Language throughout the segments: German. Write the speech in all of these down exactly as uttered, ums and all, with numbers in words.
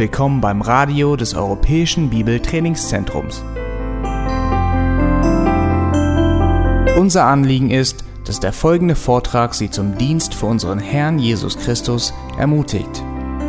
willkommen beim Radio des Europäischen Bibeltrainingszentrums. Unser Anliegen ist, dass der folgende Vortrag Sie zum Dienst für unseren Herrn Jesus Christus ermutigt.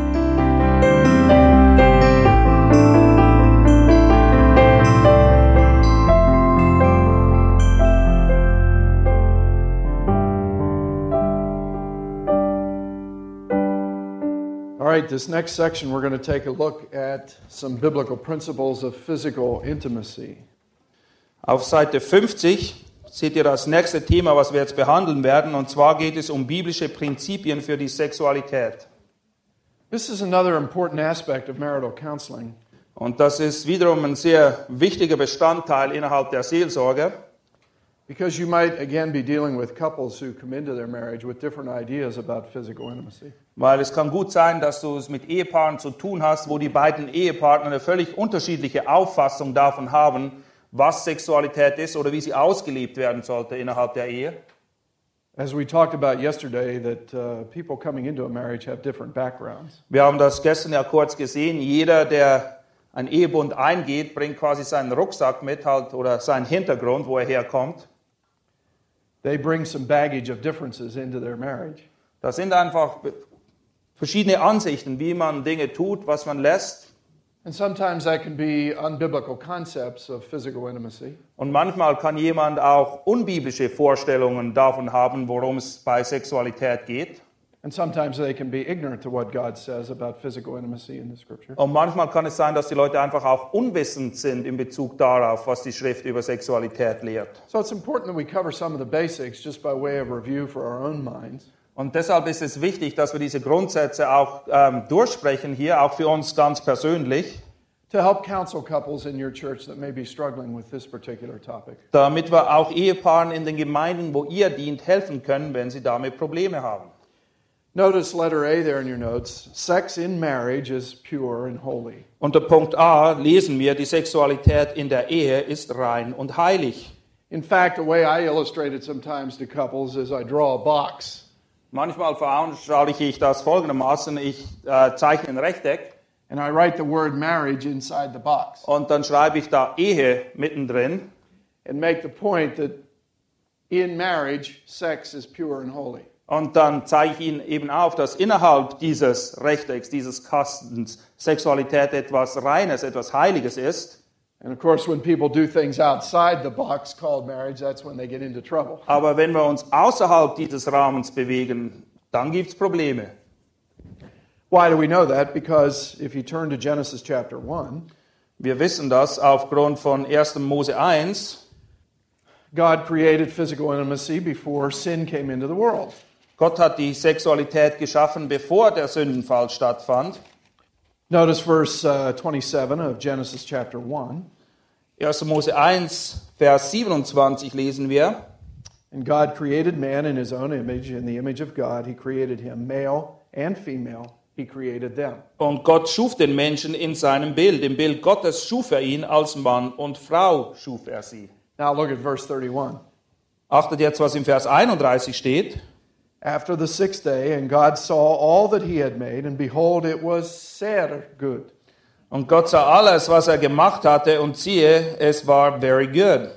All right, this next section we're going to take a look at some biblical principles of physical intimacy. Auf Seite fünfzig seht ihr das nächste Thema, was wir jetzt behandeln werden, und zwar geht es um biblische Prinzipien für die Sexualität. This is another important aspect of marital counseling. Und das ist wiederum ein sehr wichtiger Bestandteil innerhalb der Seelsorge, Because you might again be dealing with couples who come into their marriage with different ideas about physical intimacy. weil es kann gut sein, dass du es mit Ehepaaren zu tun hast, wo die beiden Ehepartner eine völlig unterschiedliche Auffassung davon haben, was Sexualität ist oder wie sie ausgelebt werden sollte innerhalb der Ehe. As we talked about yesterday, that uh, people coming into a marriage have different backgrounds. Wir haben das gestern ja kurz gesehen. Jeder, der einen Ehebund eingeht, bringt quasi seinen Rucksack mit halt, oder seinen Hintergrund, wo er herkommt. They bring some baggage of differences into their marriage. Das sind einfach verschiedene Ansichten, wie man Dinge tut, was man lässt. And sometimes that can be unbiblical concepts of physical intimacy. Und manchmal kann jemand auch unbiblische Vorstellungen davon haben, worum es bei Sexualität geht. And sometimes they can be ignorant to what God says about physical intimacy in the Scripture. Und manchmal kann es sein, dass die Leute einfach auch unwissend sind in Bezug darauf, was die Schrift über Sexualität lehrt. So it's important that we cover some of the basics just by way of review for our own minds. Und deshalb ist es wichtig, dass wir diese Grundsätze auch ähm, durchsprechen hier, auch für uns ganz persönlich, To help counsel couples in your church that may be struggling with this particular topic. damit wir auch Ehepaaren in den Gemeinden, wo ihr dient, helfen können, wenn sie damit Probleme haben. Notice letter A there in your notes. Sex in marriage is pure and holy. Unter Punkt A lesen wir, die Sexualität in der Ehe ist rein und heilig. In fact, the way I illustrate it sometimes to couples is I draw a box. Manchmal veranschauliche ich das folgendermaßen, ich äh, zeichne ein Rechteck And I write the word marriage inside the box. und dann schreibe ich da Ehe mittendrin And make the point that in marriage, sex is pure and holy. und dann zeige ich Ihnen eben auf, dass innerhalb dieses Rechtecks, dieses Kastens, Sexualität etwas Reines, etwas Heiliges ist. And of course, when people do things outside the box called marriage, that's when they get into trouble. Aber wenn wir uns außerhalb dieses Rahmens bewegen, dann gibt es Probleme. Why do we know that? Because if you turn to Genesis chapter one, Wir wissen das aufgrund von erster Mose eins. God created physical intimacy before sin came into the world. Gott hat die Sexualität geschaffen, bevor der Sündenfall stattfand. Notice verse uh, twenty-seven of Genesis chapter one. erster Mose eins, Vers siebenundzwanzig lesen wir. And God created man in his own image, in the image of God. He created him, male and female. He created them. Und Gott schuf den Menschen in seinem Bild. Im Bild Gottes schuf er ihn, als Mann und Frau schuf er sie. Now look at verse thirty-one. Achtet jetzt, was im Vers einunddreißig steht. After the sixth day, and God saw all that he had made, and behold, it was sehr good. Und Gott sah alles, was er gemacht hatte, und siehe, es war very good.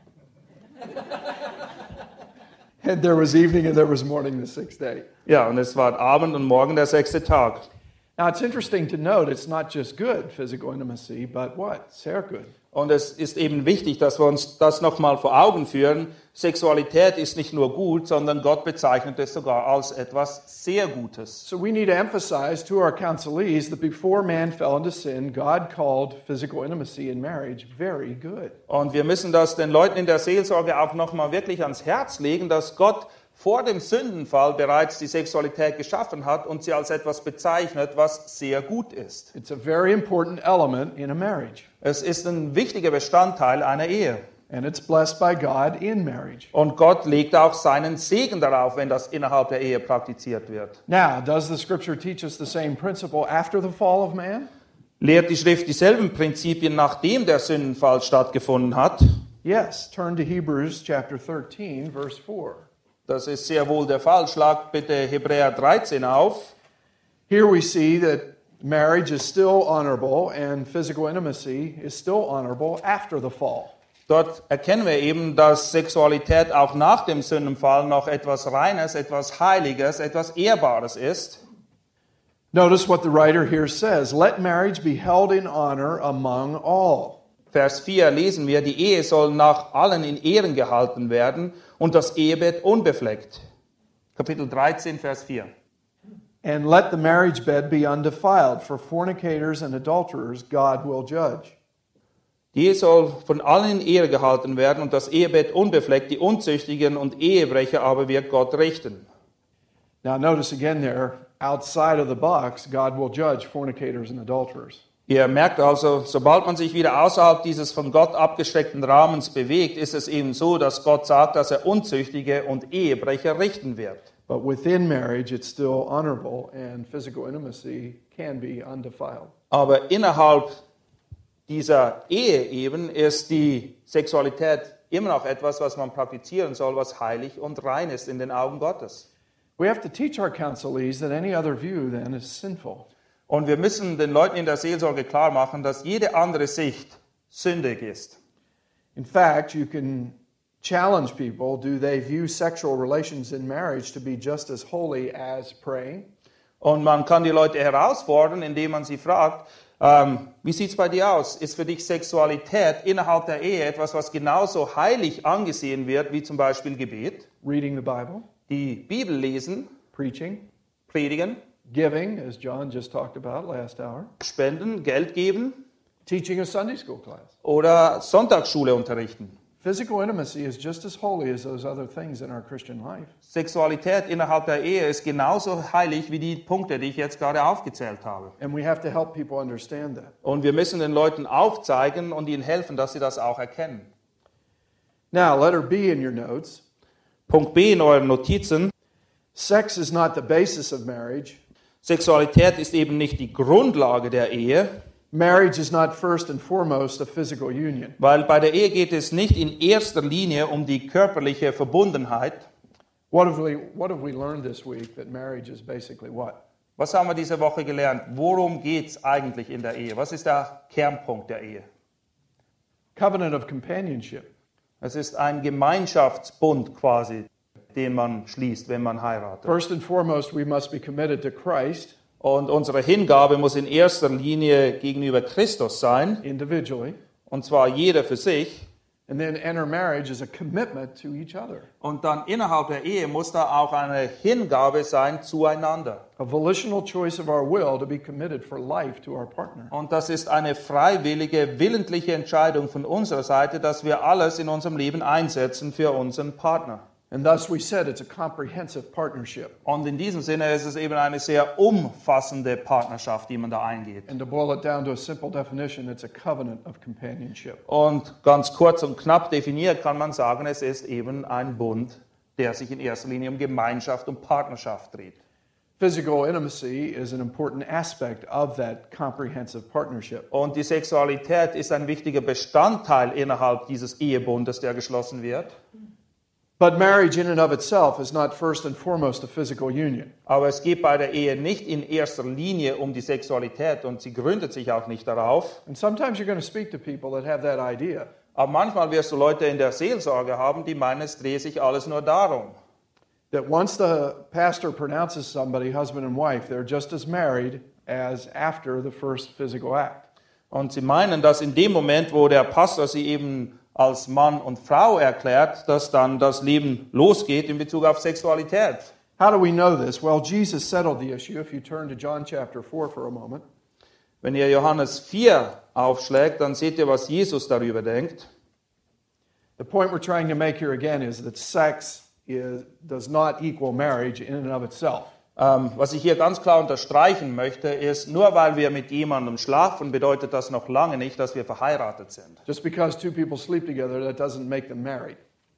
And there was evening and there was morning the sixth day. Ja, und es war Abend und Morgen der sechste Tag. Now it's interesting to note it's not just good physical intimacy, but what? Sehr good. Und es ist eben wichtig, dass wir uns das nochmal vor Augen führen. Sexualität ist nicht nur gut, sondern Gott bezeichnet es sogar als etwas sehr Gutes. So we need to emphasize to our counselees that before man fell into sin, God called physical intimacy in marriage very good. Und wir müssen das den Leuten in der Seelsorge auch nochmal wirklich ans Herz legen, dass Gott vor dem Sündenfall bereits die Sexualität geschaffen hat und sie als etwas bezeichnet, was sehr gut ist. It's a very important element in a marriage. Es ist ein wichtiger Bestandteil einer Ehe. And it's blessed by God in marriage. Und Gott legt auch seinen Segen darauf, wenn das innerhalb der Ehe praktiziert wird. Now, does the scripture teach us the same principle after the fall of man? Lehrt die Schrift dieselben Prinzipien, nachdem der Sündenfall stattgefunden hat? Yes, turn to Hebrews chapter thirteen, verse four. Das ist sehr wohl der Fall. Schlag bitte Hebräer dreizehn auf. Here we see that Marriage is still honorable and physical intimacy is still honorable after the fall. Dort erkennen wir eben, dass Sexualität auch nach dem Sündenfall noch etwas Reines, etwas Heiliges, etwas Ehrbares ist. Notice what the writer here says. Let marriage be held in honor among all. Vers vier lesen wir, die Ehe soll nach allen in Ehren gehalten werden und das Ehebett unbefleckt. Kapitel dreizehn, Vers vier. And let the marriage bed be undefiled, for fornicators and adulterers God will judge. Die Ehe soll von allen in Ehre gehalten werden und das Ehebett unbefleckt, die Unzüchtigen und Ehebrecher aber wird Gott richten. Now notice again there, outside of the box, God will judge fornicators and adulterers. Ihr merkt also, sobald man sich wieder außerhalb dieses von Gott abgesteckten Rahmens bewegt, ist es eben so, dass Gott sagt, dass er Unzüchtige und Ehebrecher richten wird. But within marriage, it's still honorable and physical intimacy can be undefiled. Aber innerhalb dieser Ehe eben ist die Sexualität immer noch etwas, was man praktizieren soll, was heilig und rein ist in den Augen Gottes. We have to teach our counselees that any other view then is sinful. Und wir müssen den Leuten in der Seelsorge klar machen, dass jede andere Sicht sündig ist. In fact, you can challenge people, do they view sexual relations in marriage to be just as holy as praying? Und man kann die Leute herausfordern, indem man sie fragt, ähm, wie sieht es bei dir aus? Ist für dich Sexualität innerhalb der Ehe etwas, was genauso heilig angesehen wird, wie zum Beispiel Gebet, Reading the Bible, die Bibel lesen, preaching, predigen, giving, as John just talked about last hour, spenden, Geld geben teaching a Sunday school class? oder Sonntagsschule unterrichten? Physical intimacy is just as holy as those other things in our Christian life. Sexualität innerhalb der Ehe ist genauso heilig wie die Punkte, die ich jetzt gerade aufgezählt habe. And we have to help people understand that. Und wir müssen den Leuten aufzeigen und ihnen helfen, dass sie das auch erkennen. Now, letter B in your notes. Punkt B in euren Notizen. Sex is not the basis of marriage. Sexualität ist eben nicht die Grundlage der Ehe, Marriage is not first and foremost a physical union. weil bei der Ehe geht es nicht in erster Linie um die körperliche Verbundenheit. What have we, what have we learned this week? That marriage is basically what? Was haben wir diese Woche gelernt? Worum geht es eigentlich in der Ehe? Was ist der Kernpunkt der Ehe? Covenant of companionship. Es ist ein Gemeinschaftsbund quasi, den man schließt, wenn man heiratet. First and foremost, we must be committed to Christ Und unsere Hingabe muss in erster Linie gegenüber Christus sein, individually, und zwar jeder für sich. and then enter marriage as a commitment to each other, Und dann innerhalb der Ehe muss da auch eine Hingabe sein zueinander. a volitional choice of our will to be committed for life to our partner. Und das ist eine freiwillige, willentliche Entscheidung von unserer Seite, dass wir alles in unserem Leben einsetzen für unseren Partner. And thus we said it's a comprehensive partnership. Und in diesem Sinne ist es eben eine sehr umfassende Partnerschaft, die man da eingeht. And to boil it down to a simple definition, it's a covenant of companionship. Und ganz kurz und knapp definiert kann man sagen, es ist eben ein Bund, der sich in erster Linie um Gemeinschaft und Partnerschaft dreht. Physical intimacy is an important aspect of that comprehensive partnership. Und die Sexualität ist ein wichtiger Bestandteil innerhalb dieses Ehebundes, der geschlossen wird. But marriage in and of itself is not first and foremost a physical union. Aber es geht bei der Ehe nicht in erster Linie um die Sexualität und sie gründet sich auch nicht darauf. And sometimes you're going to speak to people that have that idea. Aber manchmal wirst du Leute in der Seelsorge haben, die meinen, es drehe sich alles nur darum. That once the pastor pronounces somebody husband and wife, they're just as married as after the first physical act. Und sie meinen, dass in dem Moment, wo der Pastor sie eben als Mann und Frau erklärt, dass dann das Leben losgeht in Bezug auf Sexualität. How do we know this? Well, Jesus settled the issue. If you turn to John chapter four for a moment. Wenn ihr Johannes vier aufschlägt, dann seht ihr, was Jesus darüber denkt. The point we're trying to make here again is that sex is, does not equal marriage in and of itself. Ähm, was ich hier ganz klar unterstreichen möchte, ist, nur weil wir mit jemandem schlafen, bedeutet das noch lange nicht, dass wir verheiratet sind. Just because two people sleep together, that doesn't make them married.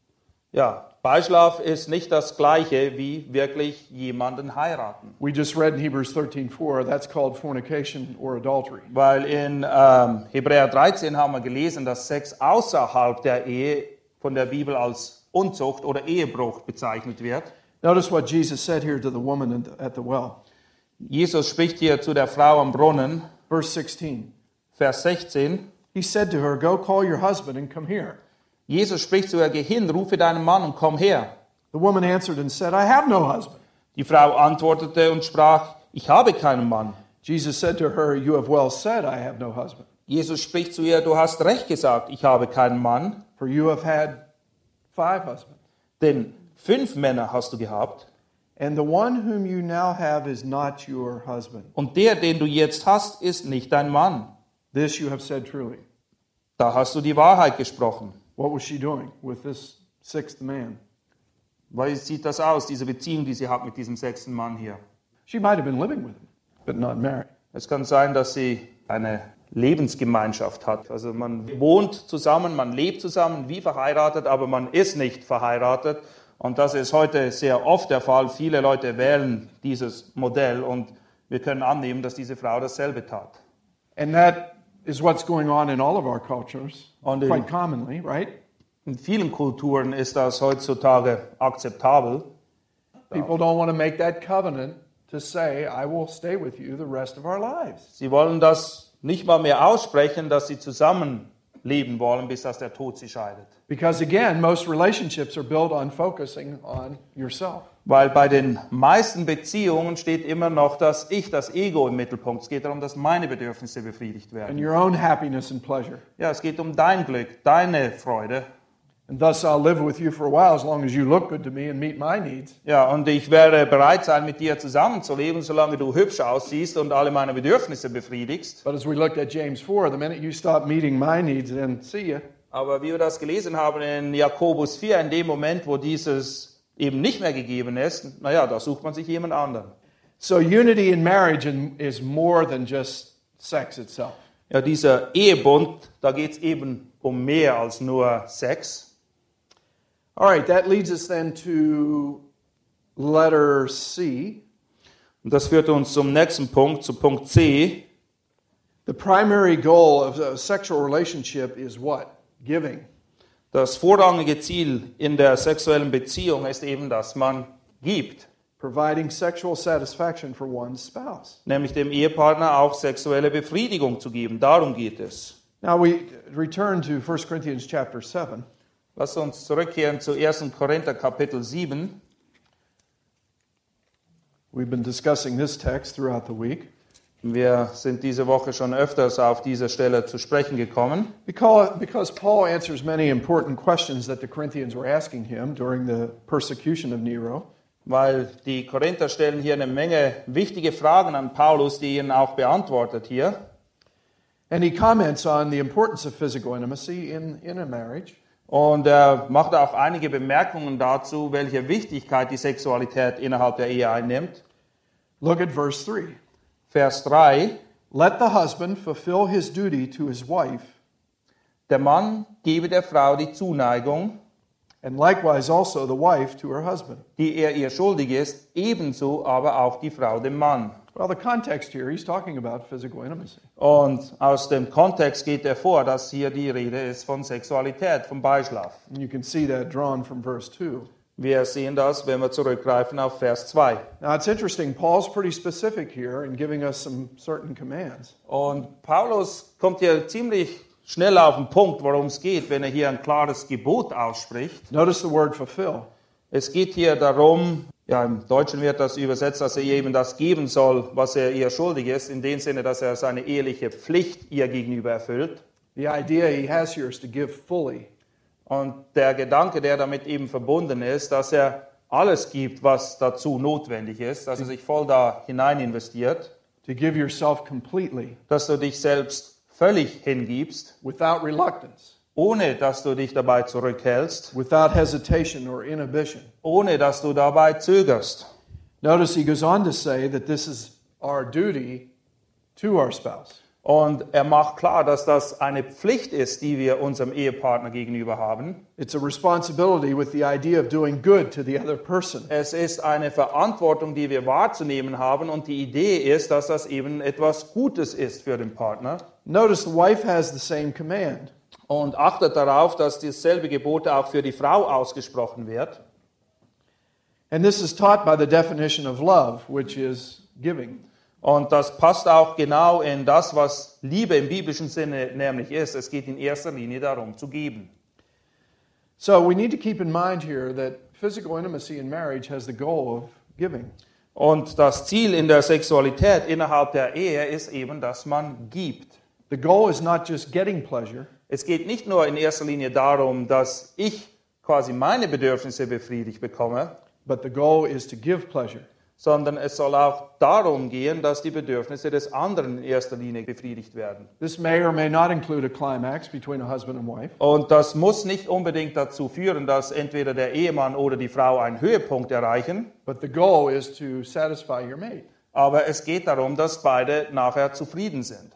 Ja, Beischlaf ist nicht das Gleiche wie wirklich jemanden heiraten. We just read in Hebrews thirteen four, that's called fornication or adultery. Weil in ähm, Hebräer dreizehn haben wir gelesen, dass Sex außerhalb der Ehe von der Bibel als Unzucht oder Ehebruch bezeichnet wird. Notice what Jesus said here to the woman at the well. Jesus spricht hier zu der Frau am Brunnen, Verse sixteen. Vers sechzehn. He said to her, "Go call your husband and come here." Jesus spricht zu ihr, geh hin, rufe deinen Mann und komm her. The woman answered and said, "I have no husband." Die Frau antwortete und sprach, ich habe keinen Mann. Jesus said to her, "You have well said, I have no husband. Jesus spricht zu ihr, du hast recht gesagt, ich habe keinen Mann, For you have had five husbands. denn fünf Männer hast du gehabt And the one whom you now have is not your husband. und der, den du jetzt hast, ist nicht dein Mann. This you have said truly." Da hast du die Wahrheit gesprochen. What was she doing with this sixth man? Wie sieht das aus, diese Beziehung, die sie hat mit diesem sechsten Mann hier? She might have been living with him, but not married. Es kann sein, dass sie eine Lebensgemeinschaft hat. Also man wohnt zusammen, man lebt zusammen wie verheiratet, aber man ist nicht verheiratet. Und das ist heute sehr oft der Fall. Viele Leute wählen dieses Modell und wir können annehmen, dass diese Frau dasselbe tat. And that is what's going on in all of our cultures, Und in- quite commonly, right? In vielen Kulturen ist das heutzutage akzeptabel. People don't want to make that covenant to say, "I will stay with you the rest of our lives." Sie wollen das nicht mal mehr aussprechen, dass sie zusammen leben wollen, bis dass der Tod sie scheidet. Because again, most relationships are built on focusing on yourself. Weil bei den meisten Beziehungen steht immer noch das Ich, das Ego im Mittelpunkt. Es geht darum, dass meine Bedürfnisse befriedigt And werden. your own happiness and pleasure. Ja, es geht um dein Glück, deine Freude. And thus I'll live with you for a while as long as you look good to me and meet my needs. Ja, und ich werde bereit sein, mit dir zusammenzuleben, solange du hübsch aussiehst und alle meine Bedürfnisse befriedigst. But as we looked at James four, the minute you stop meeting my needs, then see ya. Aber wie wir das gelesen haben in Jakobus vier, in dem Moment, wo dieses eben nicht mehr gegeben ist, naja, da sucht man sich jemand anderen. So unity in marriage in- is more than just sex itself. Ja, dieser Ehebund, da geht es eben um mehr als nur Sex. All right, that leads us then to letter C. Und das führt uns zum nächsten Punkt, zu Punkt C. The primary goal of a sexual relationship is what? Giving. Das vorrangige Ziel in der sexuellen Beziehung ist eben, dass man gibt, Providing sexual satisfaction for one's spouse. nämlich dem Ehepartner auch sexuelle Befriedigung zu geben. Darum geht es. Now we return to First Corinthians chapter seven. Lass uns zurückkehren zu ersten Korinther Kapitel sieben. We've been discussing this text throughout the week. Wir sind diese Woche schon öfters auf diese Stelle zu sprechen gekommen, Because, because Paul answers many important questions that the Corinthians were asking him during the persecution of Nero. weil die Korinther stellen hier eine Menge wichtige Fragen an Paulus, die ihn auch beantwortet hier. And he comments on the importance of physical intimacy in, in a marriage. Und er macht auch einige Bemerkungen dazu, welche Wichtigkeit die Sexualität innerhalb der Ehe einnimmt. Look at verse three. Vers drei. Let the husband fulfill his duty to his wife, Der Mann gebe der Frau die Zuneigung, and likewise also the wife to her husband. die er ihr schuldig ist, ebenso aber auch die Frau dem Mann. Well, the context here, he's talking about physical intimacy. Und aus dem Kontext geht hervor, dass hier die Rede ist von Sexualität, vom Beischlaf. And you can see that drawn from verse two. Wir sehen das, wenn wir zurückgreifen auf Vers zwei. Now, it's interesting. Paul's pretty specific here in giving us some certain commands. Und Paulus kommt hier ziemlich schnell auf den Punkt, worum es geht, wenn er hier ein klares Gebot ausspricht. Notice the word fulfill. Es geht hier darum, ja, im Deutschen wird das übersetzt, dass er ihr eben das geben soll, was er ihr schuldig ist, in dem Sinne, dass er seine eheliche Pflicht ihr gegenüber erfüllt. The idea he has here is to give fully. Und der Gedanke, der damit eben verbunden ist, dass er alles gibt, was dazu notwendig ist, dass er sich voll da hinein investiert, To give yourself completely, dass du dich selbst völlig hingibst, without reluctance, ohne dass du dich dabei zurückhältst, without hesitation or inhibition. ohne dass du dabei zögerst. Notice he goes on to say that this is our duty to our spouse. Und er macht klar, dass das eine Pflicht ist, die wir unserem Ehepartner gegenüber haben. It's a responsibility with the idea of doing good to the other person. Es ist eine Verantwortung, die wir wahrzunehmen haben. Und die Idee ist, dass das eben etwas Gutes ist für den Partner. Notice the wife has the same command. Und achtet darauf, dass dasselbe Gebot auch für die Frau ausgesprochen wird. And this is taught by the definition of love, which is giving. Und das passt auch genau in das, was Liebe im biblischen Sinne nämlich ist. Es geht in erster Linie darum, zu geben. So we need to keep in mind here that physical intimacy in marriage has the goal of giving. Und das Ziel in der Sexualität innerhalb der Ehe ist eben, dass man gibt. The goal is not just getting pleasure, Es geht nicht nur in erster Linie darum, dass ich quasi meine Bedürfnisse befriedigt bekomme, but the goal is to give pleasure. sondern es soll auch darum gehen, dass die Bedürfnisse des anderen in erster Linie befriedigt werden. This may or may not include a climax between a husband and wife, Und das muss nicht unbedingt dazu führen, dass entweder der Ehemann oder die Frau einen Höhepunkt erreichen, but the goal is to satisfy your mate. aber es geht darum, dass beide nachher zufrieden sind.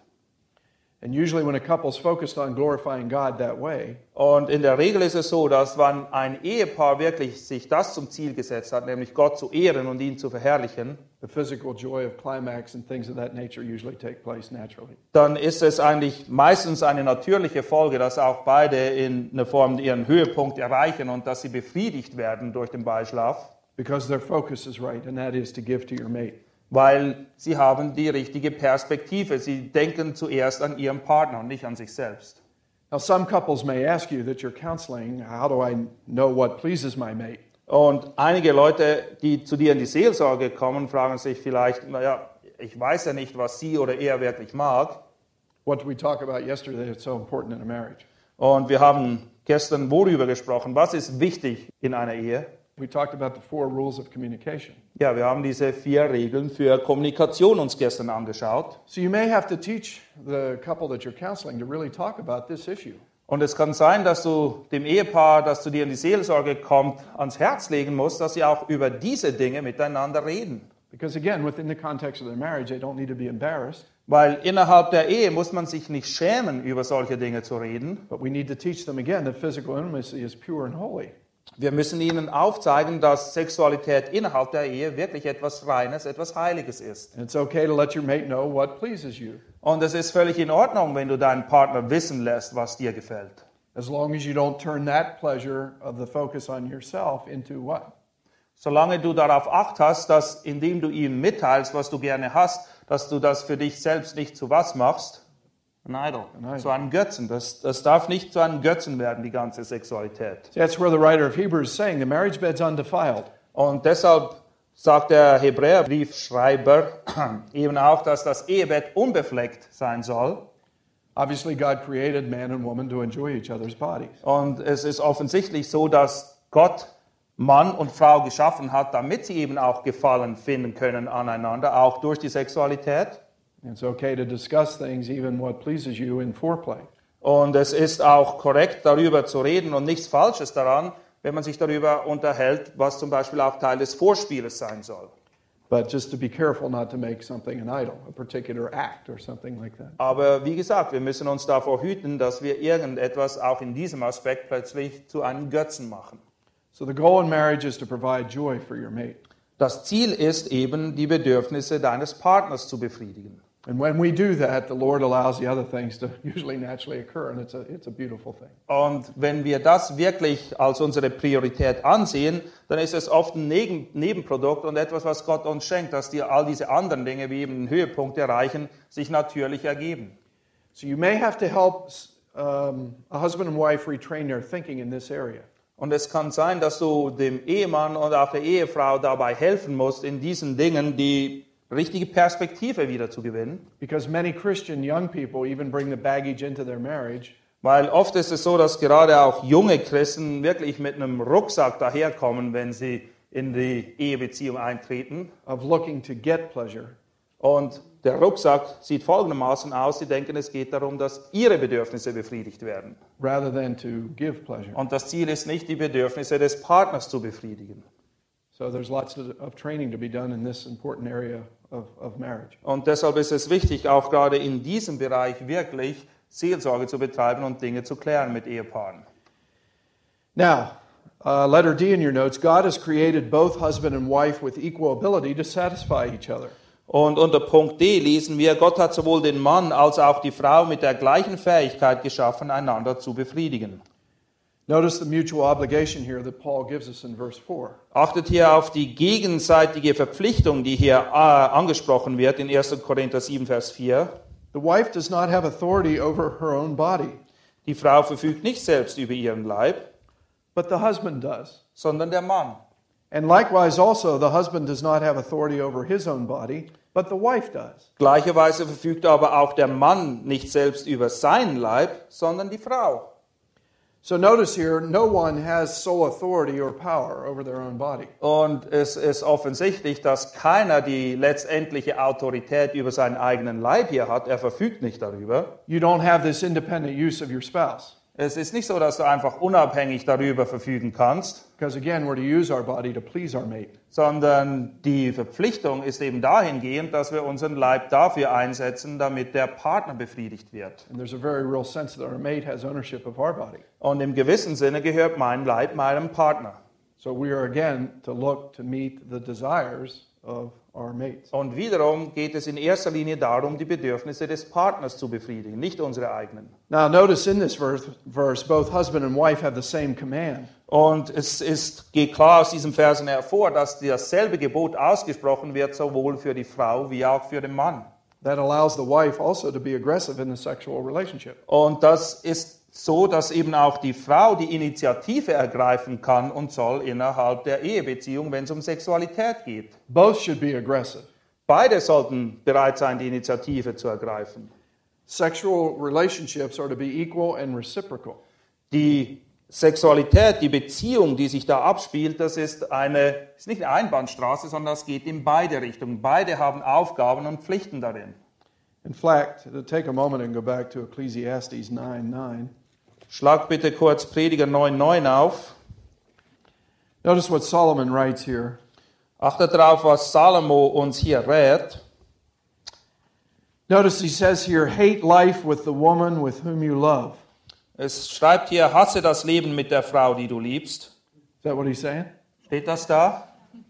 And usually when a couple's focused on glorifying God that way, Und in der Regel ist es so, dass wenn ein Ehepaar wirklich sich das zum Ziel gesetzt hat, nämlich Gott zu ehren und ihn zu verherrlichen, the physical joy of climax and things of that nature usually take place naturally. dann ist es eigentlich meistens eine natürliche Folge, dass auch beide in einer Form ihren Höhepunkt erreichen und dass sie befriedigt werden durch den Beischlaf, Because their focus is right, and that is to give to your mate. weil sie haben die richtige Perspektive. Sie denken zuerst an ihren Partner und nicht an sich selbst. Now, some couples may ask you that you're counseling, how do I know what pleases my mate? Und einige Leute, die zu dir in die Seelsorge kommen, fragen sich vielleicht, naja, ich weiß ja nicht, was sie oder er wirklich mag. What did we talk about yesterday that's so important in a marriage? Und wir haben gestern worüber gesprochen? Was ist wichtig in einer Ehe? We talked about the four rules of communication. Ja, wir haben diese vier Regeln für Kommunikation uns gestern angeschaut. So you may have to teach the couple that you're counseling to really talk about this issue. Und es kann sein, dass du dem Ehepaar, das zu dir in die Seelsorge kommt, ans Herz legen musst, dass sie auch über diese Dinge miteinander reden. Because again, within the context of their marriage, they don't need to be embarrassed, Weil innerhalb der Ehe muss man sich nicht schämen, über solche Dinge zu reden. but we need to teach them again that physical intimacy is pure and holy. Wir müssen ihnen aufzeigen, dass Sexualität innerhalb der Ehe wirklich etwas Reines, etwas Heiliges ist. And it's okay to let your mate know what pleases you, Und es ist völlig in Ordnung, wenn du deinen Partner wissen lässt, was dir gefällt. as long as you don't turn that pleasure of the focus on yourself into what? Solange du darauf Acht hast, dass indem du ihm mitteilst, was du gerne hast, dass du das für dich selbst nicht zu was machst? Ein Idol, Ein Idol. zu einem Götzen. Das, das darf nicht zu einem Götzen werden, die ganze Sexualität. That's where the writer of Hebrews is saying the marriage bed's undefiled. Und deshalb sagt der Hebräerbriefschreiber eben auch, dass das Ehebett unbefleckt sein soll. Obviously, God created man and woman to enjoy each other's bodies. Und es ist offensichtlich so, dass Gott Mann und Frau geschaffen hat, damit sie eben auch Gefallen finden können aneinander, auch durch die Sexualität. It's okay to discuss things, even what pleases you, in foreplay. Und es ist auch korrekt, darüber zu reden und nichts Falsches daran, wenn man sich darüber unterhält, was zum Beispiel auch Teil des Vorspieles sein soll. But just to be careful not to make something an idol, a particular act or something like that. Aber wie gesagt, wir müssen uns davor hüten, dass wir irgendetwas auch in diesem Aspekt plötzlich zu einem Götzen machen. So the goal in marriage is to provide joy for your mate. Das Ziel ist eben, die Bedürfnisse deines Partners zu befriedigen. And when we do that, the Lord allows the other things to usually naturally occur, and it's a, it's a beautiful thing. Und wenn wir das wirklich als unsere Priorität ansehen, dann ist es oft ein Neben- Nebenprodukt und etwas, was Gott uns schenkt, dass dir all diese anderen Dinge, wie eben einen Höhepunkt erreichen, sich natürlich ergeben. So you may have to help um, a husband and wife retrain their thinking in this area. Und es kann sein, dass du dem Ehemann und auch der Ehefrau dabei helfen musst, in diesen Dingen die richtige Perspektive wieder zu gewinnen. Because many Christian young people even bring the baggage into their marriage Weil oft ist es so, dass gerade auch junge Christen wirklich mit einem Rucksack daherkommen, wenn sie in die Ehebeziehung eintreten. of looking to get pleasure Und der Rucksack sieht folgendermaßen aus, sie denken, es geht darum, dass ihre Bedürfnisse befriedigt werden. rather than to give pleasure. Und das Ziel ist nicht, die Bedürfnisse des Partners zu befriedigen. So there's lots of, of training to be done in this important area of, of marriage. Und deshalb ist es wichtig, auch gerade in diesem Bereich wirklich Seelsorge zu betreiben und Dinge zu klären mit Ehepaaren. Now, uh, letter D in your notes, God has created both husband and wife with equal ability to satisfy each other. Und unter Punkt D lesen wir, Gott hat sowohl den Mann als auch die Frau mit der gleichen Fähigkeit geschaffen, einander zu befriedigen. Notice the mutual obligation here that Paul gives us in verse four. Achtet hier auf die gegenseitige Verpflichtung, die hier äh, angesprochen wird in erster Korinther sieben, Vers vier. The wife does not have authority over her own body, Die Frau verfügt nicht selbst über ihren Leib, but the husband does. sondern der Mann. And likewise also, the husband does not have authority over his own body, but the wife does. Gleicherweise verfügt aber auch der Mann nicht selbst über seinen Leib, sondern die Frau. So notice here, no one has sole authority or power over their own body. Und es ist offensichtlich, dass keiner die letztendliche Autorität über seinen eigenen Leib hier hat. Er verfügt nicht darüber. You don't have this independent use of your spouse. Es ist nicht so, dass du einfach unabhängig darüber verfügen kannst, Because again, we're to use our body to please our mate. sondern die Verpflichtung ist eben dahingehend, dass wir unseren Leib dafür einsetzen, damit der Partner befriedigt wird. And there's a very real sense that our mate has ownership of our body. Und im gewissen Sinne gehört mein Leib meinem Partner. So we are again to look to meet the desires of our mates. Und wiederum geht es in erster Linie darum, die Bedürfnisse des Partners zu befriedigen, nicht unsere eigenen. Now notice in this verse, verse both husband and wife have the same command. Und es ist, geht klar aus diesen Versen hervor, dass dasselbe Gebot ausgesprochen wird, sowohl für die Frau wie auch für den Mann. That allows the wife also to be aggressive in the sexual relationship. Und das ist so, dass eben auch die Frau die Initiative ergreifen kann und soll innerhalb der Ehebeziehung, wenn es um Sexualität geht. Both should be aggressive. Beide sollten bereit sein, die Initiative zu ergreifen. Sexual relationships are to be equal and reciprocal. Die Sexualität, die Beziehung, die sich da abspielt, das ist, eine, ist nicht eine Einbahnstraße, sondern das geht in beide Richtungen. Beide haben Aufgaben und Pflichten darin. In fact, to take a moment and go back to Ecclesiastes nine nine. Schlag bitte kurz Prediger neun neun auf. Notice what Solomon writes here. Achtet darauf, was Salomo uns hier rät. Notice he says here, hate life with the woman with whom you love. Es schreibt hier, hasse das Leben mit der Frau, die du liebst. Is that what he's saying? Steht das da?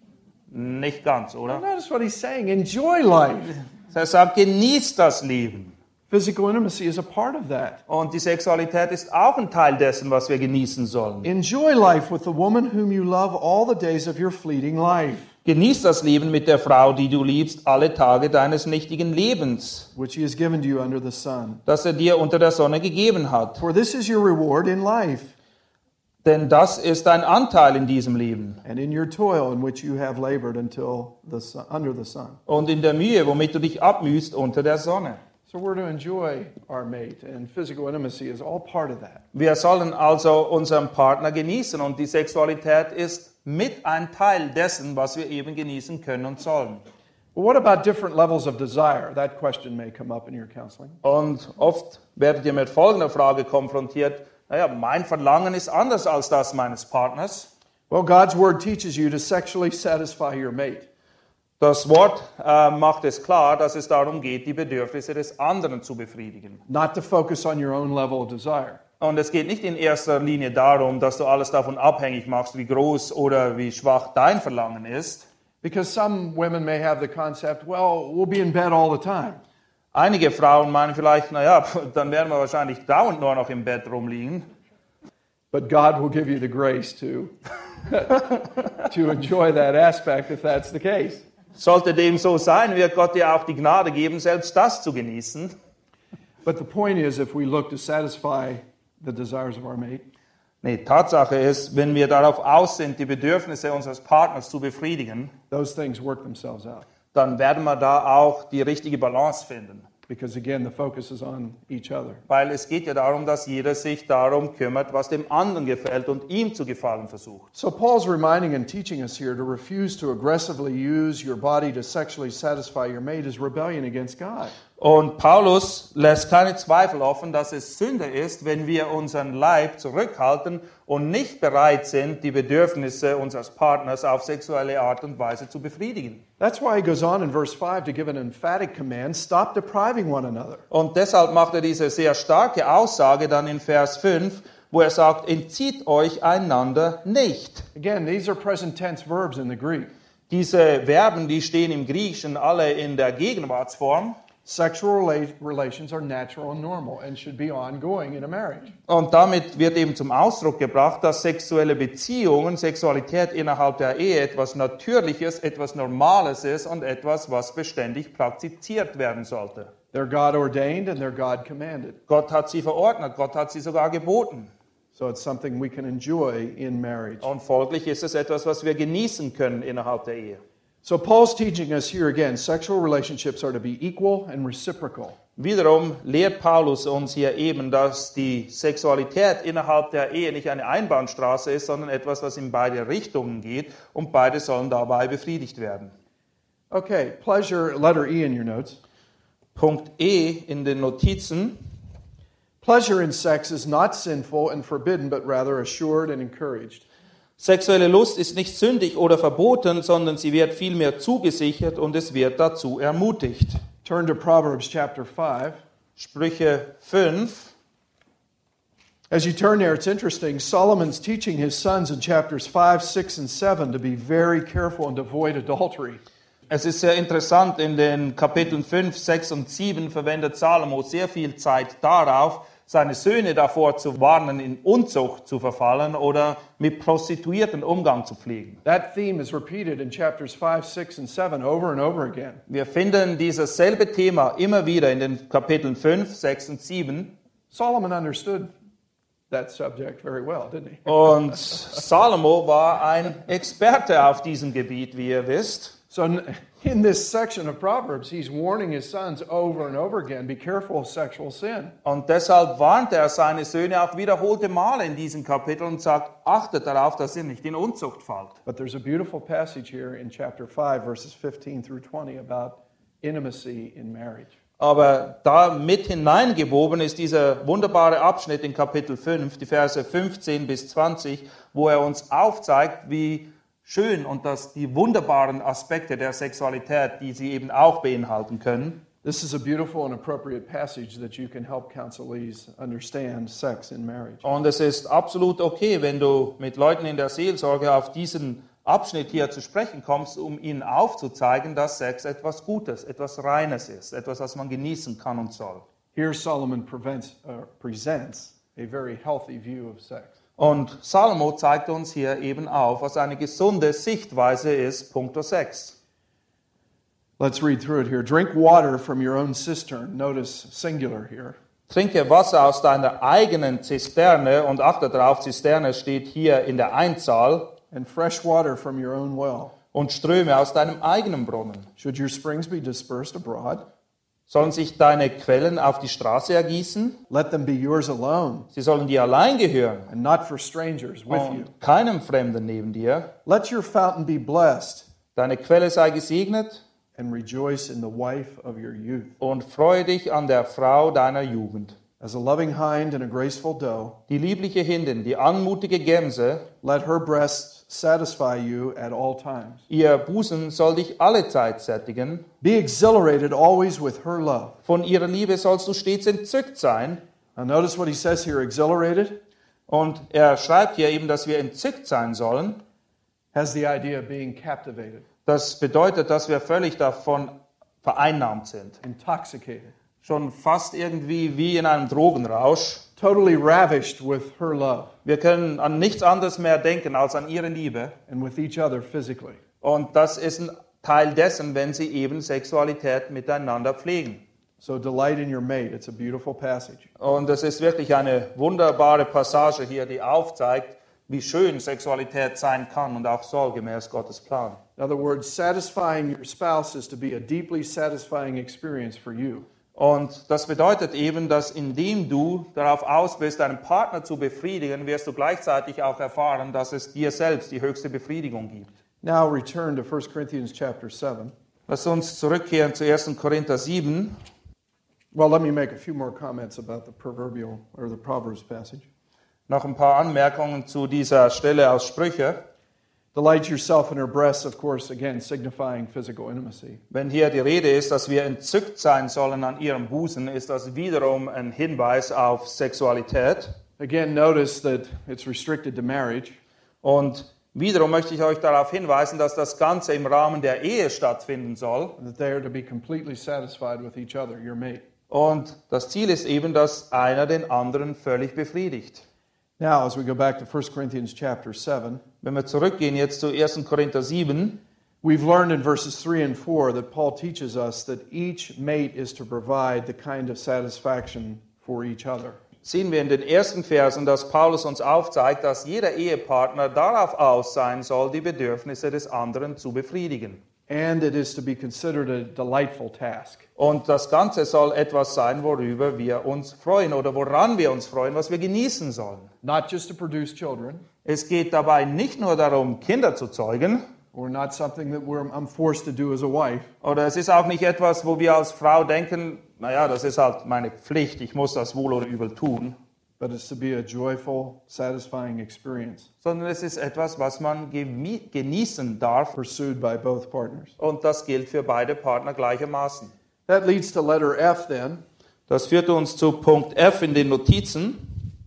Nicht ganz, oder? Notice what he's saying. Enjoy life. Er sagt, genießt das Leben. Physical intimacy is a part of that. Und die Sexualität ist auch ein Teil dessen, was wir genießen sollen. Enjoy life with the woman whom you love all the days of your fleeting life, Genieß das Leben mit der Frau, die du liebst, alle Tage deines nichtigen Lebens, which he has given to you under the sun. das er dir unter der Sonne gegeben hat. For this is your reward in life, Denn das ist dein Anteil in diesem Leben and in your toil in which you have labored until the sun, under the sun. und in der Mühe, womit du dich abmühst unter der Sonne. So we're to enjoy our mate, and physical intimacy is all part of that. Wir sollen also unseren Partner genießen und die Sexualität ist mit ein Teil dessen, was wir eben genießen können und sollen. But what about different levels of desire? That question may come up in your counseling. Und oft werdet ihr mit folgender Frage konfrontiert: Naja, mein Verlangen ist anders als das meines Partners. Well, God's word teaches you to sexually satisfy your mate. Das Wort äh, macht es klar, dass es darum geht, die Bedürfnisse des anderen zu befriedigen. Not to focus on your own level of desire. Und es geht nicht in erster Linie darum, dass du alles davon abhängig machst, wie groß oder wie schwach dein Verlangen ist. Because some women may have the concept, well, we'll be in bed all the time. Einige Frauen meinen vielleicht, naja, dann werden wir wahrscheinlich dauernd nur noch im Bett rumliegen. But God will give you the grace to, to enjoy that aspect if that's the case. Sollte dem so sein, wird Gott dir auch die Gnade geben, selbst das zu genießen. But the point is, if we look to satisfy the desires of our mate, Nee, Tatsache ist, wenn wir darauf aus sind, die Bedürfnisse unseres Partners zu befriedigen, those things work themselves out. dann werden wir da auch die richtige Balance finden. Because again, the focus is on each other. Weil es geht ja darum, dass jeder sich darum kümmert, was dem anderen gefällt und ihm zu gefallen versucht. So Paul's reminding and teaching us here to refuse to aggressively use your body to sexually satisfy your mate is rebellion against God. Und Paulus lässt keine Zweifel offen, dass es Sünde ist, wenn wir unseren Leib zurückhalten und nicht bereit sind, die Bedürfnisse unseres Partners auf sexuelle Art und Weise zu befriedigen. That's why he goes on in verse five to give an emphatic command, stop depriving one another. Und deshalb macht er diese sehr starke Aussage dann in Vers fünf, wo er sagt, entzieht euch einander nicht. Again, these are present tense verbs in the Greek. Diese Verben, die stehen im Griechischen alle in der Gegenwartsform. Sexual rela- relations are natural and normal and should be ongoing in a marriage. Und damit wird eben zum Ausdruck gebracht, dass sexuelle Beziehungen, Sexualität innerhalb der Ehe etwas Natürliches, etwas Normales ist und etwas, was beständig praktiziert werden sollte. They're God ordained and they're God commanded. Gott hat sie verordnet, Gott hat sie sogar geboten. So it's something we can enjoy in marriage. Und folglich ist es etwas, was wir genießen können innerhalb der Ehe. So Paul's teaching us here again, sexual relationships are to be equal and reciprocal. Wiederum lehrt Paulus uns hier eben, dass die Sexualität innerhalb der Ehe nicht eine Einbahnstraße ist, sondern etwas, was in beide Richtungen geht und beide sollen dabei befriedigt werden. Okay, pleasure, letter E in your notes. Punkt E in den Notizen. Pleasure in sex is not sinful and forbidden, but rather assured and encouraged. Sexuelle Lust ist nicht sündig oder verboten, sondern sie wird vielmehr zugesichert und es wird dazu ermutigt. Turn to Proverbs chapter five. Sprüche fünf. As you turn there, it's interesting. Solomon's teaching his sons in chapters five, six, and seven to be very careful and avoid adultery. Es ist sehr interessant, in den Kapiteln fünf, sechs und sieben verwendet Salomo sehr viel Zeit darauf, seine Söhne davor zu warnen, in Unzucht zu verfallen oder mit Prostituierten Umgang zu pflegen. That theme is repeated in chapters five, six, and seven over and over again. Wir finden dieses selbe Thema immer wieder in den Kapiteln fünf, sechs und sieben. Solomon understood that subject very well, didn't he? Und Salomo war ein Experte auf diesem Gebiet, wie ihr wisst. So in this section of Proverbs, he's warning his sons over and over again, be careful of sexual sin. Und deshalb warnt er seine Söhne auch wiederholte Male in diesem Kapitel und sagt, achtet darauf, dass ihr nicht in Unzucht fallt. But there's a beautiful passage here in chapter five, verses fifteen through twenty about intimacy in marriage. Aber da mit hineingewoben ist dieser wunderbare Abschnitt in Kapitel fünf, die Verse fünfzehn bis zwanzig, wo er uns aufzeigt, wie schön und dass die wunderbaren Aspekte der Sexualität, die sie eben auch beinhalten können. This is a beautiful and appropriate passage that you can help counselees understand sex in marriage. Und es ist absolut okay, wenn du mit Leuten in der Seelsorge auf diesen Abschnitt hier zu sprechen kommst, um ihnen aufzuzeigen, dass Sex etwas Gutes, etwas Reines ist, etwas, was man genießen kann und soll. Here Solomon prevents, uh, presents a very healthy view of sex. Und Salomo zeigt uns hier eben auf, was eine gesunde Sichtweise ist, punkto Sex. Let's read through it here. Drink water from your own cistern. Notice singular here. Trinke Wasser aus deiner eigenen Zisterne und achte darauf, Zisterne steht hier in der Einzahl. And fresh water from your own well. Und Ströme aus deinem eigenen Brunnen. Should your springs be dispersed abroad? Sollen sich deine Quellen auf die Straße ergießen? Let them be yours alone, Sie sollen dir allein gehören and not for strangers with you. und keinem Fremden neben dir. Let your fountain be blessed, Deine Quelle sei gesegnet and rejoice in the wife of your youth. und freue dich an der Frau deiner Jugend. As a loving hind and a graceful doe, Die liebliche Hindin, die anmutige Gemse, let her breasts satisfy you at all times. ihr Busen soll dich allezeit sättigen. Be exhilarated always with her love. Von ihrer Liebe sollst du stets entzückt sein. Now notice what he says here, exhilarated Und er schreibt hier eben, dass wir entzückt sein sollen. has the idea of being captivated, Das bedeutet, dass wir völlig davon vereinnahmt sind. intoxicated, Schon fast irgendwie wie in einem Drogenrausch. totally ravished with her love Wir können an nichts anderes mehr denken als an ihre Liebe. and with each other physically. Und das ist ein Teil dessen, wenn sie eben Sexualität miteinander pflegen. So delight in your mate. It's a beautiful passage. Und es ist wirklich eine wunderbare Passage hier, die aufzeigt, wie schön Sexualität sein kann und auch soll, gemäß Gottes Plan. In other words, satisfying your spouse is to be a deeply satisfying experience for you. Und das bedeutet eben, dass indem du darauf aus bist, deinen Partner zu befriedigen, wirst du gleichzeitig auch erfahren, dass es dir selbst die höchste Befriedigung gibt. Now return to First Corinthians chapter seven. Lass uns zurückkehren zu ersten Korinther sieben. Well, let me make a few more comments about the proverbial or the Proverbs passage. Noch ein paar Anmerkungen zu dieser Stelle aus Sprüche. Delight yourself in her breasts, of course, again, signifying physical intimacy. Wenn hier die Rede ist, dass wir entzückt sein sollen an ihrem Busen, ist das wiederum ein Hinweis auf Sexualität. Again, notice that it's restricted to marriage. Und Wiederum möchte ich euch darauf hinweisen, dass das Ganze im Rahmen der Ehe stattfinden soll. and that they are to be completely satisfied with each other, your mate. Und das Ziel ist eben, dass einer den anderen völlig befriedigt. Now, as we go back to First Corinthians chapter seven, Wenn wir zurückgehen jetzt zu ersten Korinther sieben, we've learned in verses three and four that Paul teaches us that each mate is to provide the kind of satisfaction for each other. sehen wir in den ersten Versen, dass Paulus uns aufzeigt, dass jeder Ehepartner darauf aus sein soll, die Bedürfnisse des anderen zu befriedigen. And it is to be considered a delightful task. Und das Ganze soll etwas sein, worüber wir uns freuen oder woran wir uns freuen, was wir genießen sollen. Not just to produce children, Es geht dabei nicht nur darum, Kinder zu zeugen, or not something that we're, I'm forced to do as a wife, oder es ist auch nicht etwas, wo wir als Frau denken, naja, das ist halt meine Pflicht, ich muss das wohl oder übel tun, but it's to be a joyful, satisfying experience sondern es ist etwas, was man gemi- genießen darf, pursued by both partners. und das gilt für beide Partner gleichermaßen. That leads to letter F then. Das führt uns zu Punkt F in den Notizen.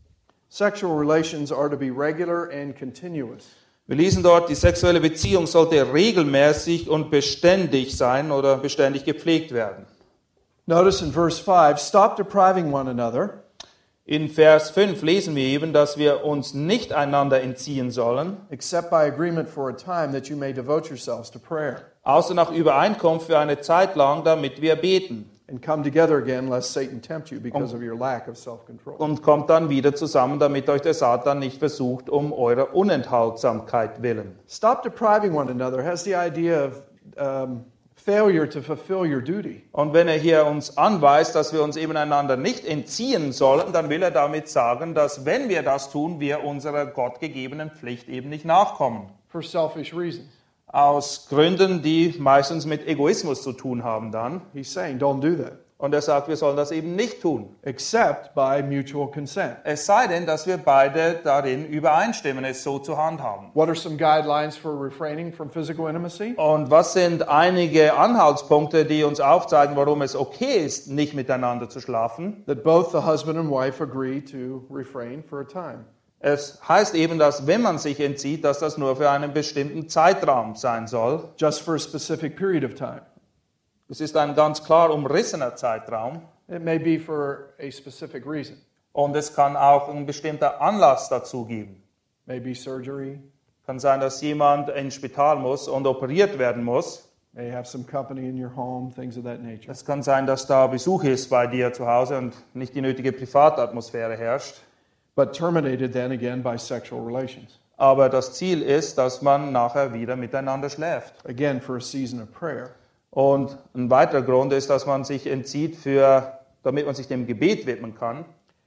Sexual relations are to be regular and continuous. Wir lesen dort, die sexuelle Beziehung sollte regelmäßig und beständig sein oder beständig gepflegt werden. Notice in verse five, stop depriving one another, In Vers fünf lesen wir eben, dass wir uns nicht einander entziehen sollen, except by agreement for a time that you may devote yourselves to prayer, außer nach Übereinkunft für eine Zeit lang, damit wir beten. and come together again lest Satan tempt you because of your lack of self-control. Und kommt dann wieder zusammen, damit euch der Satan nicht versucht, um eurer Unenthaltsamkeit willen. Stop depriving one another has the idea of um, failure to fulfill your duty. Und wenn er hier uns anweist, dass wir uns eben einander nicht entziehen sollen, dann will er damit sagen, dass wenn wir das tun, wir unserer gottgegebenen Pflicht eben nicht nachkommen. For selfish reasons. Aus Gründen, die meistens mit Egoismus zu tun haben dann. He's saying don't do that, Und er sagt, wir sollen das eben nicht tun. except by mutual consent. Es sei denn, dass wir beide darin übereinstimmen, es so zu handhaben. What are some guidelines for refraining from physical intimacy? Und was sind einige Anhaltspunkte, die uns aufzeigen, warum es okay ist, nicht miteinander zu schlafen? That both the husband and wife agree to refrain for a time. Es heißt eben, dass wenn man sich entzieht, dass das nur für einen bestimmten Zeitraum sein soll. Just for a specific period of time. Es ist ein ganz klar umrissener Zeitraum It may be for a specific reason. und es kann auch ein bestimmter Anlass dazu geben. Maybe surgery, Kann sein, dass jemand ins Spital muss und operiert werden muss. may have some company in your home, things of that nature. Es kann sein, dass da Besuch ist bei dir zu Hause und nicht die nötige Privatatmosphäre herrscht. But terminated then again by sexual relations. Aber das Ziel ist, dass man nachher wieder miteinander schläft. Again, for a season of prayer. Und ein weiterer Grund ist, dass man sich entzieht, für, damit man sich dem Gebet widmen kann.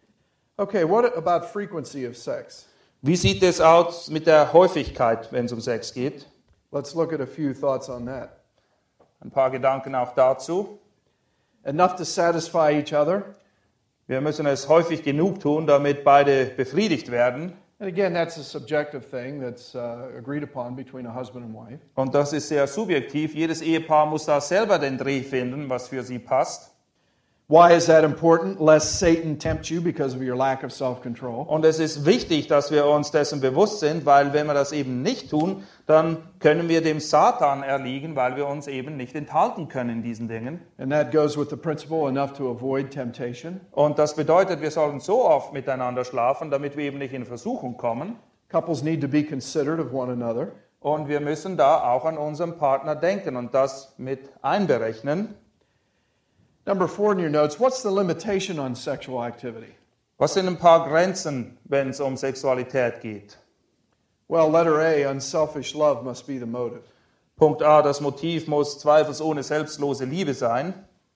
Okay, what about frequency of sex? Wie sieht es aus mit der Häufigkeit, wenn es um Sex geht? Let's look at a few thoughts on that. Ein paar Gedanken auch dazu. Enough to satisfy each other. Wir müssen es häufig genug tun, damit beide befriedigt werden. And again, that's a subjective thing that's uh, agreed upon between a husband and wife. Und das ist sehr subjektiv. Jedes Ehepaar muss da selber den Dreh finden, was für sie passt. Why is that important? Lest Satan tempt you because of your lack of self-control. Und es ist wichtig, dass wir uns dessen bewusst sind, weil wenn wir das eben nicht tun, dann können wir dem Satan erliegen, weil wir uns eben nicht enthalten können in diesen Dingen. And that goes with the principle enough to avoid temptation. Und das bedeutet, wir sollen so oft miteinander schlafen, damit wir eben nicht in Versuchung kommen. Couples need to be considerate of one another. Und wir müssen da auch an unseren Partner denken und das mit einberechnen. Number four in your notes, what's the limitation on sexual activity? Was sind ein paar Grenzen, wenn es um Sexualität geht? Well, letter A, unselfish love must be the motive. Punkt A, das Motiv muss zweifelsohne selbstlose Liebe sein.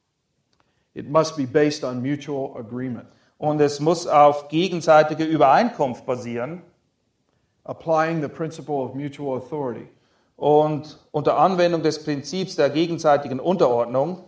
It must be based on mutual agreement. Und es muss auf gegenseitiger Übereinkunft basieren Applying the principle of mutual authority. und unter Anwendung des Prinzips der gegenseitigen Unterordnung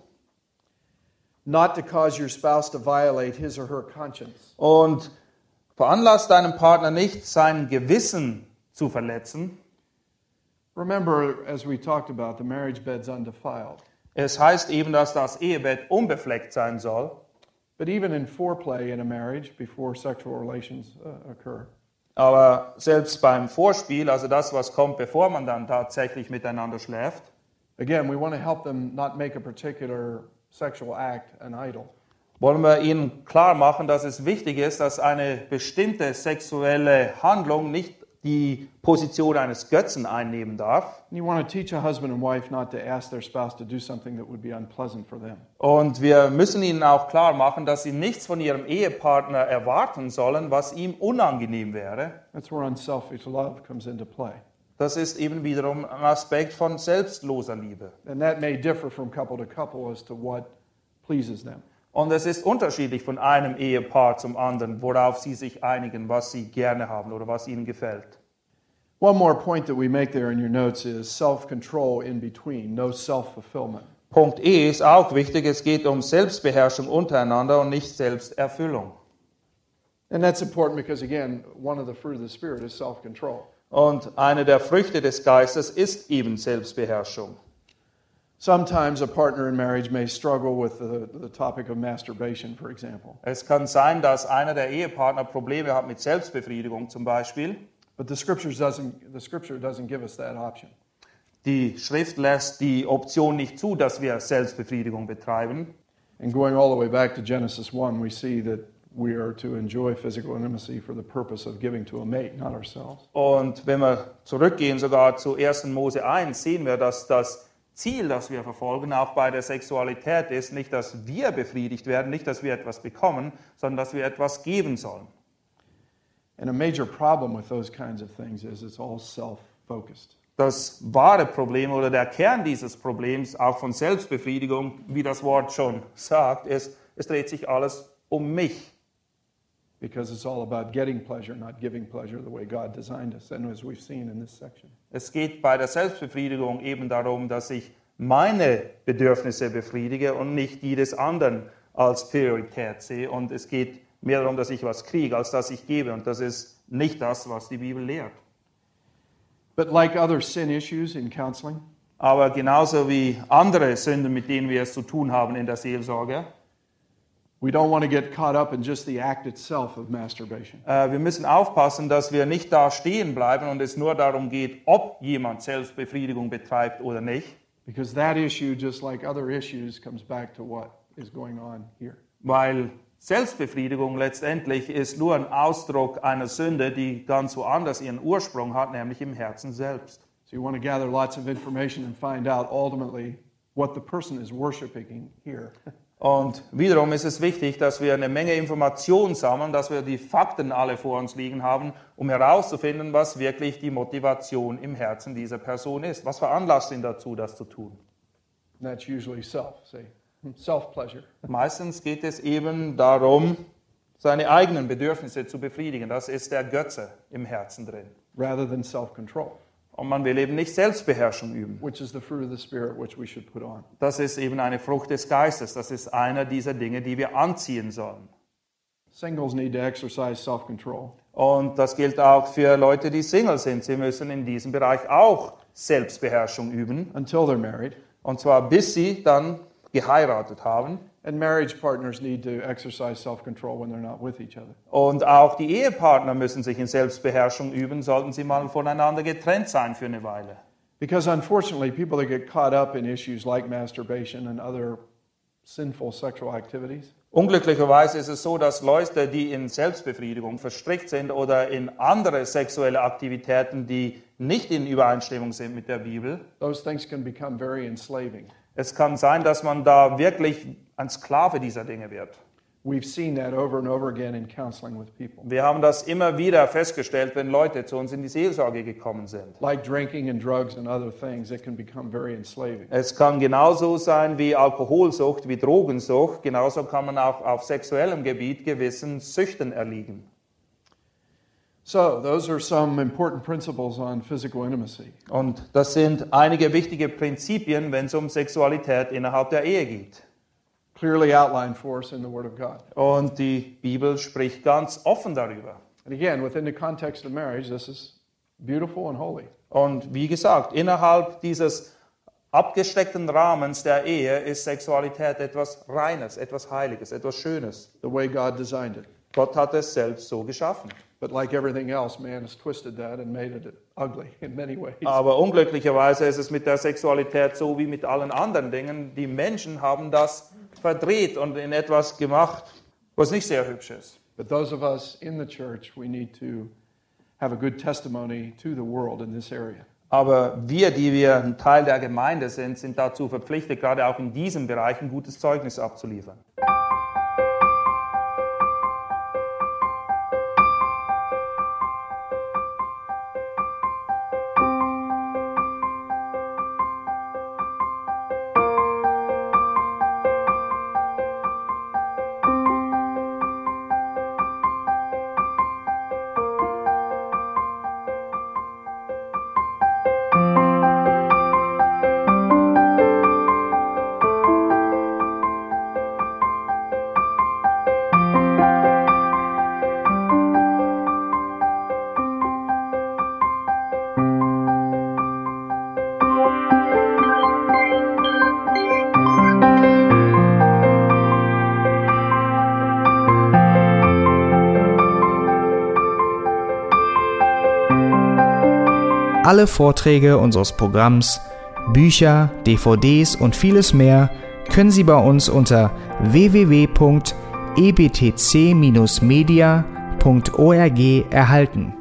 Not to cause your spouse to violate his or her conscience. und veranlasst deinen Partner nicht, sein Gewissen zu verletzen. Remember, as we talked about, the marriage bed's undefiled. Es heißt eben, dass das Ehebett unbefleckt sein soll. But even in foreplay in a marriage, before sexual relations uh, occur, Aber selbst beim Vorspiel, also das, was kommt, bevor man dann tatsächlich miteinander schläft, again, we want to help them not make a particular sexual act an idol. wollen wir ihnen klar machen, dass es wichtig ist, dass eine bestimmte sexuelle Handlung nicht die Position eines Götzen einnehmen darf. And you want to teach a husband and wife not to ask their spouse to do something that would be unpleasant for them. Und wir müssen ihnen auch klar machen, dass sie nichts von ihrem Ehepartner erwarten sollen, was ihm unangenehm wäre. That's where unselfish love comes into play. Das ist eben wiederum ein Aspekt von selbstloser Liebe. And that may differ from couple to couple as to what pleases them. Und es ist unterschiedlich von einem Ehepaar zum anderen, worauf sie sich einigen, was sie gerne haben oder was ihnen gefällt. One more point that we make there in your notes is self-control in between, no self-fulfillment. Punkt E ist auch wichtig, es geht um Selbstbeherrschung untereinander und nicht Selbsterfüllung. And that's important because, again, one of the fruit of the Spirit is self-control. Und eine der Früchte des Geistes ist eben Selbstbeherrschung. Sometimes a partner in marriage may struggle with the, the topic of masturbation, for example. Es kann sein, dass einer der Ehepartner Probleme hat mit Selbstbefriedigung zum Beispiel. But the scriptures doesn't, the scripture doesn't give us that option. Die Schrift lässt die Option nicht zu, dass wir Selbstbefriedigung betreiben. And going all the way back to Genesis one, we see that we are to enjoy physical intimacy for the purpose of giving to a mate, not ourselves. Und wenn wir zurückgehen sogar zu ersten Mose eins, sehen wir, dass das Ziel, das wir verfolgen, auch bei der Sexualität ist, nicht, dass wir befriedigt werden, nicht, dass wir etwas bekommen, sondern dass wir etwas geben sollen. And a major problem with those kinds of things is it's all self-focused. Das wahre Problem oder der Kern dieses Problems, auch von Selbstbefriedigung, wie das Wort schon sagt, ist, es dreht sich alles um mich. Because it's all about getting pleasure, not giving pleasure the way God designed us, and as we've seen in this section. Es geht bei der Selbstbefriedigung eben darum, dass ich meine Bedürfnisse befriedige und nicht die des anderen als Priorität sehe. Und es geht mehr darum, dass ich was kriege, als dass ich gebe. Und das ist nicht das, was die Bibel lehrt. But like other sin issues in counseling, Aber genauso wie andere Sünden, mit denen wir es zu tun haben in der Seelsorge, we don't want to get caught up in just the act itself of masturbation. äh, wir müssen aufpassen, dass wir nicht da stehen bleiben und es nur darum geht, ob jemand Selbstbefriedigung betreibt oder nicht. Because that issue, just like other issues, comes back to what is going on here. Weil Selbstbefriedigung letztendlich ist nur ein Ausdruck einer Sünde, die ganz woanders ihren Ursprung hat, nämlich im Herzen selbst. So you want to gather lots of information and find out ultimately what the person is worshiping here. Und wiederum ist es wichtig, dass wir eine Menge Informationen sammeln, dass wir die Fakten alle vor uns liegen haben, um herauszufinden, was wirklich die Motivation im Herzen dieser Person ist. Was veranlasst ihn dazu, das zu tun? And that's usually self, see, self-pleasure. Meistens geht es eben darum, seine eigenen Bedürfnisse zu befriedigen. Das ist der Götze im Herzen drin. Rather than self-control, Und man will eben nicht Selbstbeherrschung üben. which is the fruit of the Spirit which we should put on. Das ist eben eine Frucht des Geistes. Das ist einer dieser Dinge, die wir anziehen sollen. Singles need to exercise self-control. Und das gilt auch für Leute, die Single sind. Sie müssen in diesem Bereich auch Selbstbeherrschung üben. Until they're married. Und zwar bis sie dann geheiratet haben. And marriage partners need to exercise self-control when they're not with each other. Und auch die Ehepartner müssen sich in Selbstbeherrschung üben, sollten sie mal voneinander getrennt sein für eine Weile. Because unfortunately, people that get caught up in issues like masturbation and other sinful sexual activities, Unglücklicherweise ist es so, dass Leute, die in Selbstbefriedigung verstrickt sind oder in andere sexuelle Aktivitäten, die nicht in Übereinstimmung sind mit der Bibel, those things can become very enslaving. es kann sein, dass man da wirklich ein Sklave dieser Dinge wird. We've seen that over and over again in counseling with people. Wir haben das immer wieder festgestellt, wenn Leute zu uns in die Seelsorge gekommen sind. Like drinking and drugs and other things, it can become very enslaving. Es kann genauso sein wie Alkoholsucht, wie Drogensucht. Genauso kann man auch auf sexuellem Gebiet gewissen Süchten erliegen. So, those are some important principles on physical intimacy. Und das sind einige wichtige Prinzipien, wenn es um Sexualität innerhalb der Ehe geht. Clearly outlined for us in the Word of God. Und die Bibel spricht ganz offen darüber. And again, within the context of marriage, this is beautiful and holy. Und wie gesagt, innerhalb dieses abgesteckten Rahmens der Ehe ist Sexualität etwas Reines, etwas Heiliges, etwas Schönes. The way God designed it. Gott hat es selbst so geschaffen. But like everything else, man has twisted that and made it ugly in many ways. Aber unglücklicherweise ist es mit der Sexualität so wie mit allen anderen Dingen. Die Menschen haben das verdreht und in etwas gemacht, was nicht sehr hübsch ist. But those of us in the church, we need to have a good testimony to the world in this area. Aber wir, die wir ein Teil der Gemeinde sind, sind dazu verpflichtet, gerade auch in diesem Bereich ein gutes Zeugnis abzuliefern. Alle Vorträge unseres Programms, Bücher, D V Ds und vieles mehr können Sie bei uns unter w w w punkt e b t c Bindestrich media punkt org erhalten.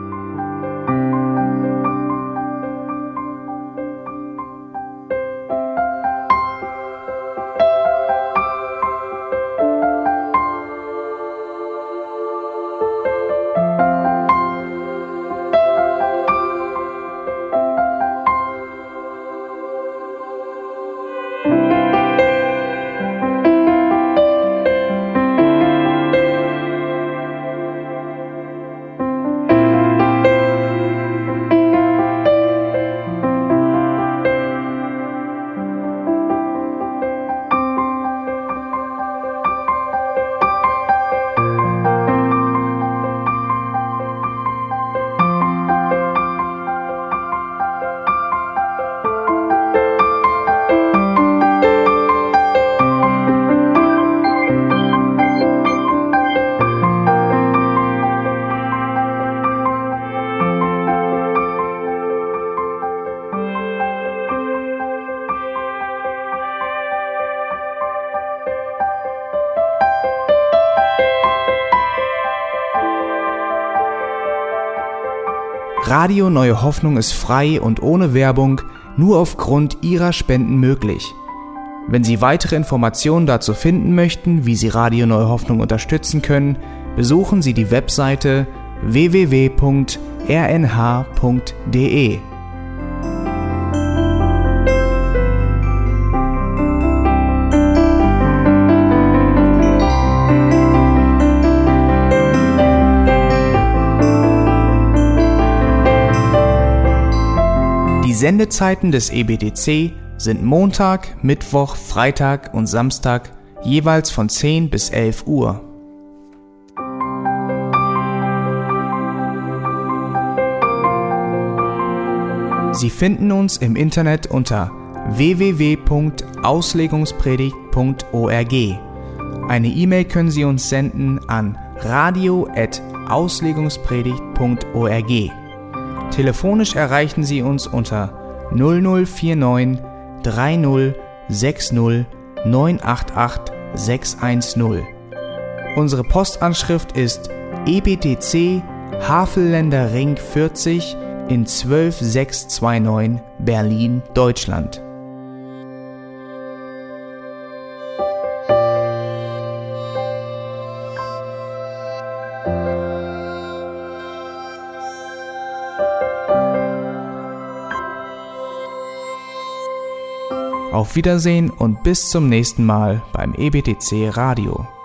Radio Neue Hoffnung ist frei und ohne Werbung nur aufgrund Ihrer Spenden möglich. Wenn Sie weitere Informationen dazu finden möchten, wie Sie Radio Neue Hoffnung unterstützen können, besuchen Sie die Webseite w w w punkt r n h punkt d e. Die Sendezeiten des E B T C sind Montag, Mittwoch, Freitag und Samstag jeweils von zehn bis elf Uhr. Sie finden uns im Internet unter w w w punkt auslegungspredigt punkt org. Eine E-Mail können Sie uns senden an radio at auslegungspredigt punkt org. Telefonisch erreichen Sie uns unter null null vier neun drei null sechs null neun acht acht sechs eins null. Unsere Postanschrift ist E B T C Havelländer Ring vierzig in zwölf sechs zwei neun Berlin, Deutschland. Auf Wiedersehen und bis zum nächsten Mal beim E B T C Radio.